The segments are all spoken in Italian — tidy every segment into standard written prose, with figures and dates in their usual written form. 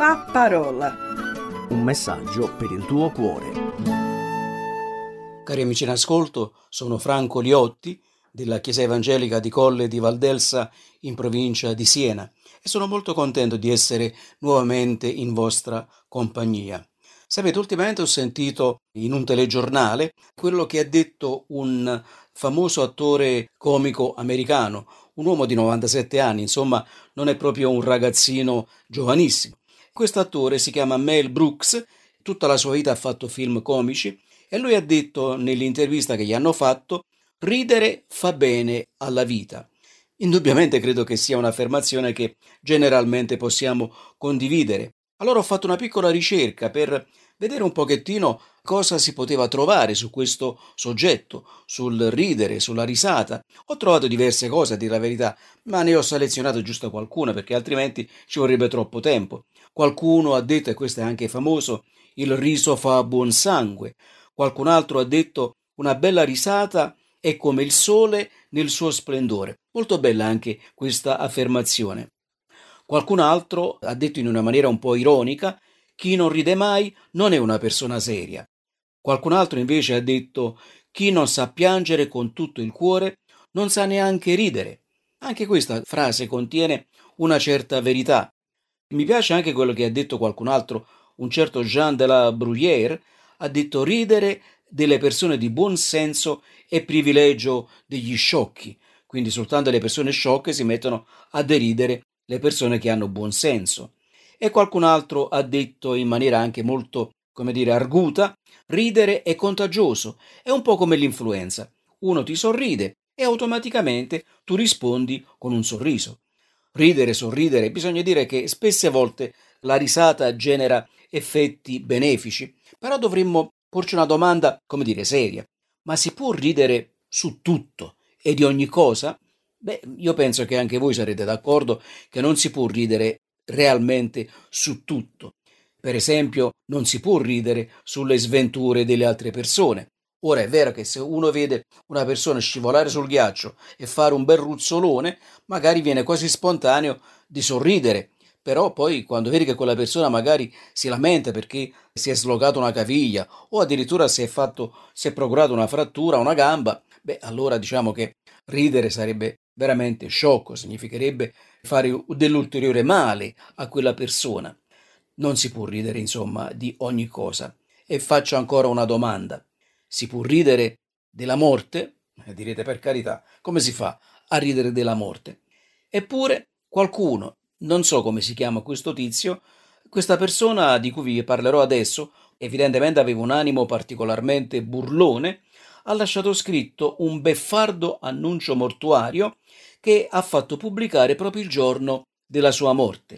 La parola. Un messaggio per il tuo cuore. Cari amici in ascolto, sono Franco Liotti della Chiesa Evangelica di Colle di Valdelsa in provincia di Siena e sono molto contento di essere nuovamente in vostra compagnia. Sapete, ultimamente ho sentito in un telegiornale quello che ha detto un famoso attore comico americano, un uomo di 97 anni, insomma non è proprio un ragazzino giovanissimo. Questo attore si chiama Mel Brooks, tutta la sua vita ha fatto film comici e lui ha detto nell'intervista che gli hanno fatto: ridere fa bene alla vita. Indubbiamente credo che sia un'affermazione che generalmente possiamo condividere. Allora ho fatto una piccola ricerca per vedere un pochettino cosa si poteva trovare su questo soggetto, sul ridere, sulla risata. Ho trovato diverse cose, a dire la verità, ma ne ho selezionato giusto qualcuna perché altrimenti ci vorrebbe troppo tempo. Qualcuno ha detto, e questo è anche famoso, il riso fa buon sangue. Qualcun altro ha detto una bella risata è come il sole nel suo splendore. Molto bella anche questa affermazione. Qualcun altro ha detto in una maniera un po' ironica: chi non ride mai non è una persona seria. Qualcun altro invece ha detto: chi non sa piangere con tutto il cuore non sa neanche ridere. Anche questa frase contiene una certa verità. Mi piace anche quello che ha detto qualcun altro, un certo Jean de la Bruyère, ha detto: ridere delle persone di buon senso è privilegio degli sciocchi, quindi soltanto le persone sciocche si mettono a deridere le persone che hanno buon senso. E qualcun altro ha detto in maniera anche molto, come dire, arguta: ridere è contagioso, è un po' come l'influenza. Uno ti sorride e automaticamente tu rispondi con un sorriso. Ridere, sorridere, bisogna dire che spesse volte la risata genera effetti benefici, però dovremmo porci una domanda, come dire, seria. Ma si può ridere su tutto e di ogni cosa? Beh, io penso che anche voi sarete d'accordo che non si può ridere realmente su tutto. Per esempio, non si può ridere sulle sventure delle altre persone. Ora è vero che se uno vede una persona scivolare sul ghiaccio e fare un bel ruzzolone, magari viene quasi spontaneo di sorridere, però poi quando vedi che quella persona magari si lamenta perché si è slogata una caviglia o addirittura si è procurato una frattura, una gamba, beh, allora diciamo che ridere sarebbe veramente sciocco, significherebbe fare dell'ulteriore male a quella persona. Non si può ridere, insomma, di ogni cosa. E faccio ancora una domanda: si può ridere della morte? Direte, per carità, come si fa a ridere della morte? Eppure qualcuno, non so come si chiama questo tizio, questa persona di cui vi parlerò adesso, evidentemente aveva un animo particolarmente burlone, ha lasciato scritto un beffardo annuncio mortuario che ha fatto pubblicare proprio il giorno della sua morte.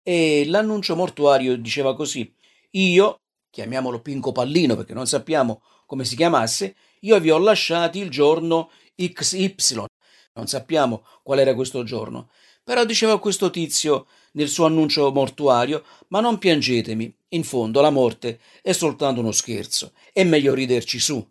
E l'annuncio mortuario diceva così: io, chiamiamolo Pinco Pallino perché non sappiamo come si chiamasse, io vi ho lasciati il giorno XY, non sappiamo qual era questo giorno, però diceva questo tizio nel suo annuncio mortuario: ma non piangetemi, in fondo la morte è soltanto uno scherzo, è meglio riderci su.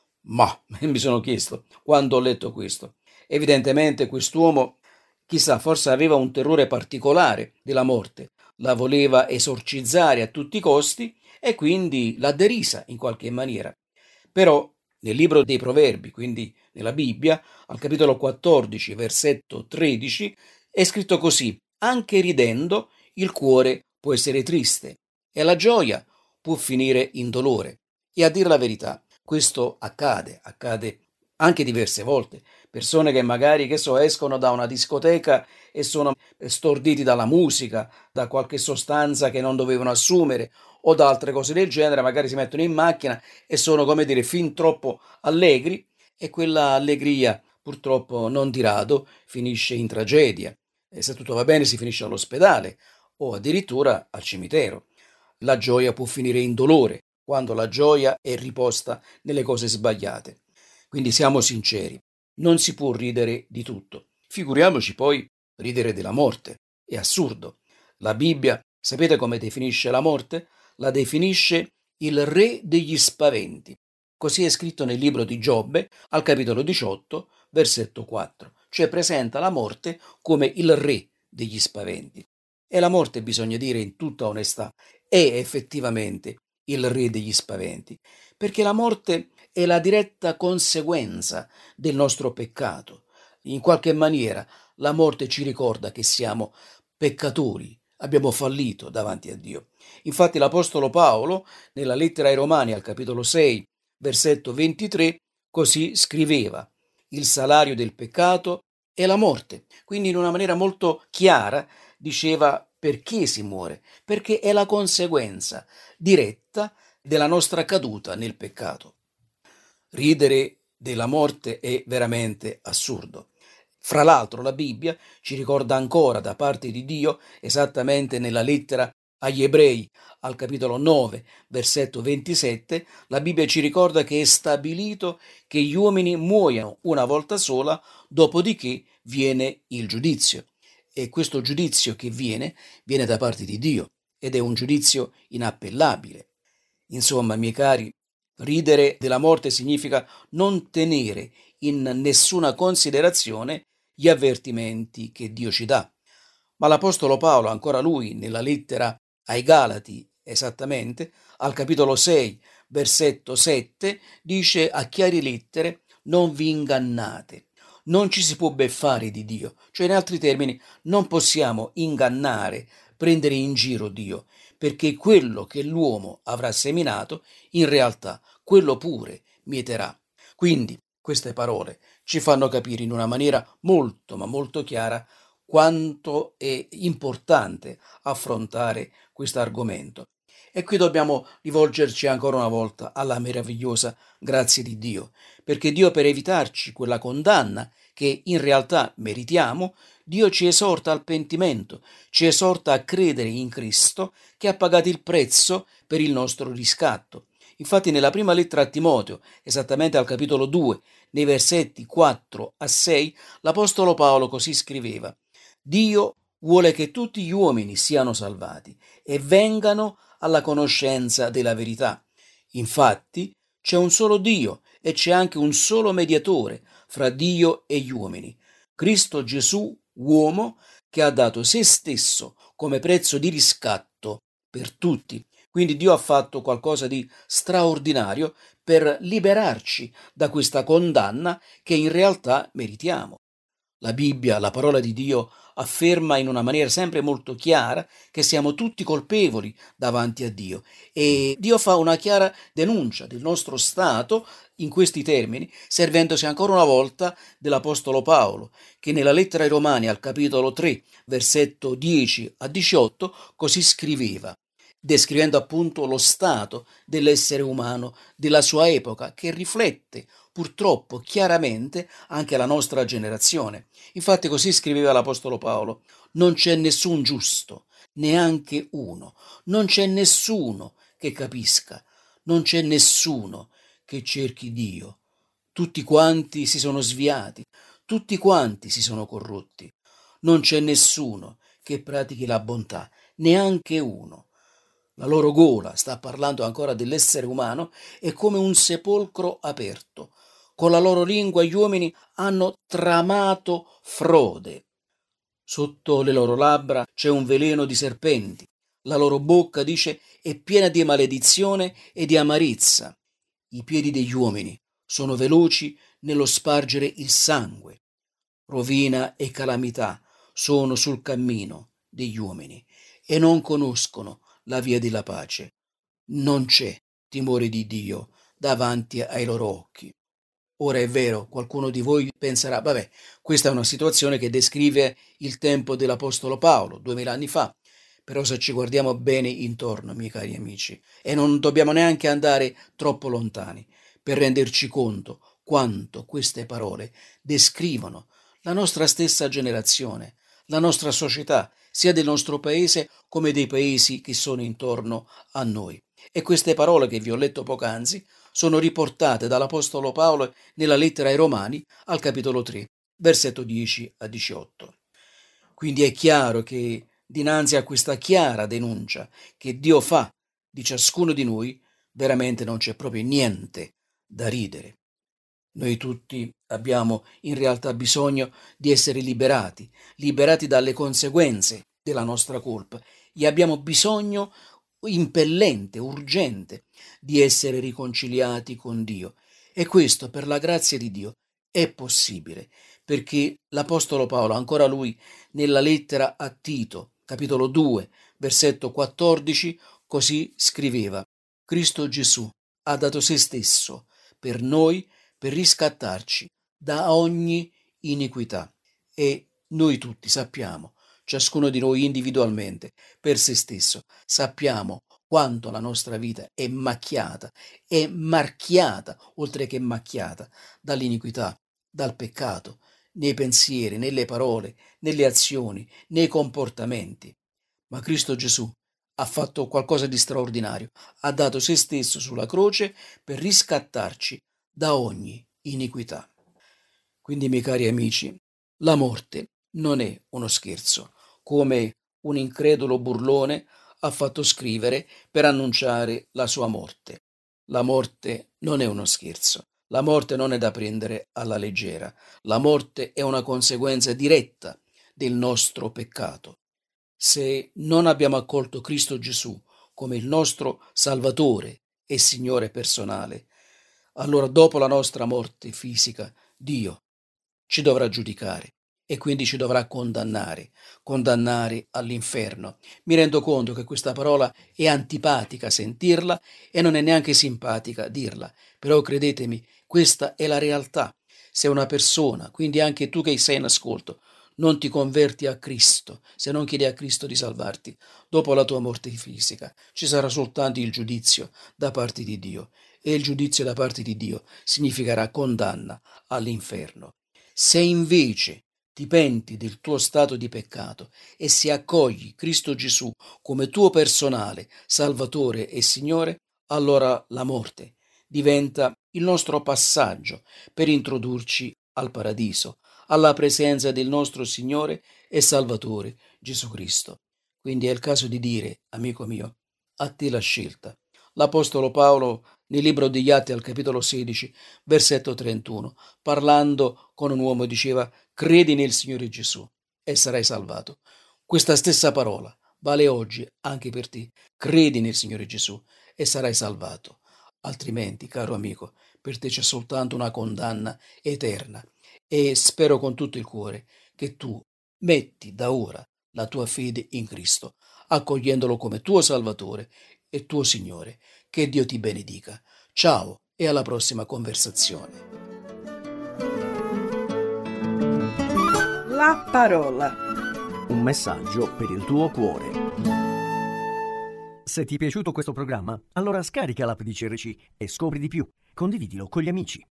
Ma mi sono chiesto quando ho letto questo. Evidentemente quest'uomo, chissà, forse aveva un terrore particolare della morte, la voleva esorcizzare a tutti i costi e quindi l'ha derisa in qualche maniera. Però nel libro dei Proverbi, quindi nella Bibbia, al capitolo 14, versetto 13, è scritto così: anche ridendo il cuore può essere triste e la gioia può finire in dolore. E a dire la verità, questo accade anche diverse volte. Persone che magari, che so, escono da una discoteca e sono storditi dalla musica, da qualche sostanza che non dovevano assumere o da altre cose del genere, magari si mettono in macchina e sono, come dire, fin troppo allegri e quella allegria purtroppo non di rado finisce in tragedia. E se tutto va bene si finisce all'ospedale o addirittura al cimitero. La gioia può finire in dolore quando la gioia è riposta nelle cose sbagliate. Quindi siamo sinceri, non si può ridere di tutto. Figuriamoci poi ridere della morte. È assurdo. La Bibbia, sapete come definisce la morte? La definisce il re degli spaventi. Così è scritto nel libro di Giobbe, al capitolo 18, versetto 4, cioè presenta la morte come il re degli spaventi. E la morte, bisogna dire in tutta onestà, è effettivamente il re degli spaventi, perché la morte è la diretta conseguenza del nostro peccato. In qualche maniera la morte ci ricorda che siamo peccatori, abbiamo fallito davanti a Dio. Infatti l'Apostolo Paolo, nella lettera ai Romani al capitolo 6, versetto 23, così scriveva: il salario del peccato è la morte. Quindi in una maniera molto chiara diceva perché si muore, perché è la conseguenza diretta della nostra caduta nel peccato. Ridere della morte è veramente assurdo. Fra l'altro la Bibbia ci ricorda ancora da parte di Dio, esattamente nella lettera agli Ebrei, al capitolo 9, versetto 27, la Bibbia ci ricorda che è stabilito che gli uomini muoiano una volta sola, dopodiché viene il giudizio. E questo giudizio che viene da parte di Dio ed è un giudizio inappellabile. Insomma, miei cari, ridere della morte significa non tenere in nessuna considerazione gli avvertimenti che Dio ci dà. Ma l'Apostolo Paolo, ancora lui, nella lettera ai Galati, esattamente, al capitolo 6, versetto 7, dice a chiare lettere: non vi ingannate, non ci si può beffare di Dio, cioè in altri termini non possiamo ingannare, prendere in giro Dio, perché quello che l'uomo avrà seminato, in realtà quello pure mieterà. Quindi queste parole ci fanno capire in una maniera molto, ma molto chiara quanto è importante affrontare questo argomento. E qui dobbiamo rivolgerci ancora una volta alla meravigliosa grazia di Dio, perché Dio, per evitarci quella condanna che in realtà meritiamo, Dio ci esorta al pentimento, ci esorta a credere in Cristo che ha pagato il prezzo per il nostro riscatto. Infatti nella prima lettera a Timoteo, esattamente al capitolo 2, nei versetti 4 a 6, l'Apostolo Paolo così scriveva: Dio vuole che tutti gli uomini siano salvati e vengano alla conoscenza della verità. Infatti c'è un solo Dio e c'è anche un solo mediatore fra Dio e gli uomini, Cristo Gesù, uomo, che ha dato se stesso come prezzo di riscatto per tutti. Quindi Dio ha fatto qualcosa di straordinario per liberarci da questa condanna che in realtà meritiamo. La Bibbia, la parola di Dio, afferma in una maniera sempre molto chiara che siamo tutti colpevoli davanti a Dio, e Dio fa una chiara denuncia del nostro stato in questi termini, servendosi ancora una volta dell'Apostolo Paolo, che nella lettera ai Romani al capitolo 3, versetto 10 a 18, così scriveva, descrivendo appunto lo stato dell'essere umano della sua epoca, che riflette purtroppo chiaramente anche la nostra generazione. Infatti così scriveva l'Apostolo Paolo: non c'è nessun giusto, neanche uno, non c'è nessuno che capisca, non c'è nessuno che cerchi Dio. Tutti quanti si sono sviati, tutti quanti si sono corrotti. Non c'è nessuno che pratichi la bontà, neanche uno. La loro gola, sta parlando ancora dell'essere umano, è come un sepolcro aperto. Con la loro lingua gli uomini hanno tramato frode. Sotto le loro labbra c'è un veleno di serpenti. La loro bocca, dice, è piena di maledizione e di amarezza. I piedi degli uomini sono veloci nello spargere il sangue. Rovina e calamità sono sul cammino degli uomini e non conoscono la via della pace. Non c'è timore di Dio davanti ai loro occhi. Ora è vero, qualcuno di voi penserà: vabbè, questa è una situazione che descrive il tempo dell'Apostolo Paolo, 2000 anni fa. Però se ci guardiamo bene intorno, miei cari amici, e non dobbiamo neanche andare troppo lontani per renderci conto quanto queste parole descrivono la nostra stessa generazione, la nostra società, sia del nostro paese come dei paesi che sono intorno a noi. E queste parole che vi ho letto poc'anzi sono riportate dall'Apostolo Paolo nella lettera ai Romani al capitolo 3, versetto 10 a 18. Quindi è chiaro che dinanzi a questa chiara denuncia che Dio fa di ciascuno di noi, veramente non c'è proprio niente da ridere. Noi tutti abbiamo in realtà bisogno di essere liberati dalle conseguenze della nostra colpa e abbiamo bisogno impellente, urgente di essere riconciliati con Dio. E questo, per la grazia di Dio, è possibile, perché l'Apostolo Paolo, ancora lui, nella lettera a Tito, capitolo 2, versetto 14, così scriveva: Cristo Gesù ha dato se stesso per noi per riscattarci da ogni iniquità. E noi tutti sappiamo, ciascuno di noi individualmente, per se stesso, sappiamo quanto la nostra vita è macchiata, è marchiata, oltre che macchiata, dall'iniquità, dal peccato, nei pensieri, nelle parole, nelle azioni, nei comportamenti. Ma Cristo Gesù ha fatto qualcosa di straordinario, ha dato se stesso sulla croce per riscattarci da ogni iniquità. Quindi, miei cari amici, la morte non è uno scherzo, come un incredulo burlone ha fatto scrivere per annunciare la sua morte. La morte non è uno scherzo, la morte non è da prendere alla leggera, la morte è una conseguenza diretta del nostro peccato. Se non abbiamo accolto Cristo Gesù come il nostro Salvatore e Signore personale, allora dopo la nostra morte fisica, Dio ci dovrà giudicare e quindi ci dovrà condannare all'inferno. Mi rendo conto che questa parola è antipatica sentirla e non è neanche simpatica dirla, però credetemi, questa è la realtà. Se una persona, quindi anche tu che sei in ascolto, non ti converti a Cristo, se non chiedi a Cristo di salvarti, dopo la tua morte fisica, ci sarà soltanto il giudizio da parte di Dio, e il giudizio da parte di Dio significherà condanna all'inferno. Se invece ti penti del tuo stato di peccato e se accogli Cristo Gesù come tuo personale Salvatore e Signore, allora la morte diventa il nostro passaggio per introdurci al paradiso, alla presenza del nostro Signore e Salvatore Gesù Cristo. Quindi è il caso di dire, amico mio, a te la scelta. L'Apostolo Paolo nel libro degli Atti al capitolo 16, versetto 31, parlando con un uomo diceva: credi nel Signore Gesù e sarai salvato. Questa stessa parola vale oggi anche per te. Credi nel Signore Gesù e sarai salvato. Altrimenti, caro amico, per te c'è soltanto una condanna eterna. E spero con tutto il cuore che tu metti da ora la tua fede in Cristo, accogliendolo come tuo Salvatore e tuo Signore. Che Dio ti benedica. Ciao e alla prossima conversazione. La parola. Un messaggio per il tuo cuore. Se ti è piaciuto questo programma, allora scarica l'app di CRC e scopri di più. Condividilo con gli amici.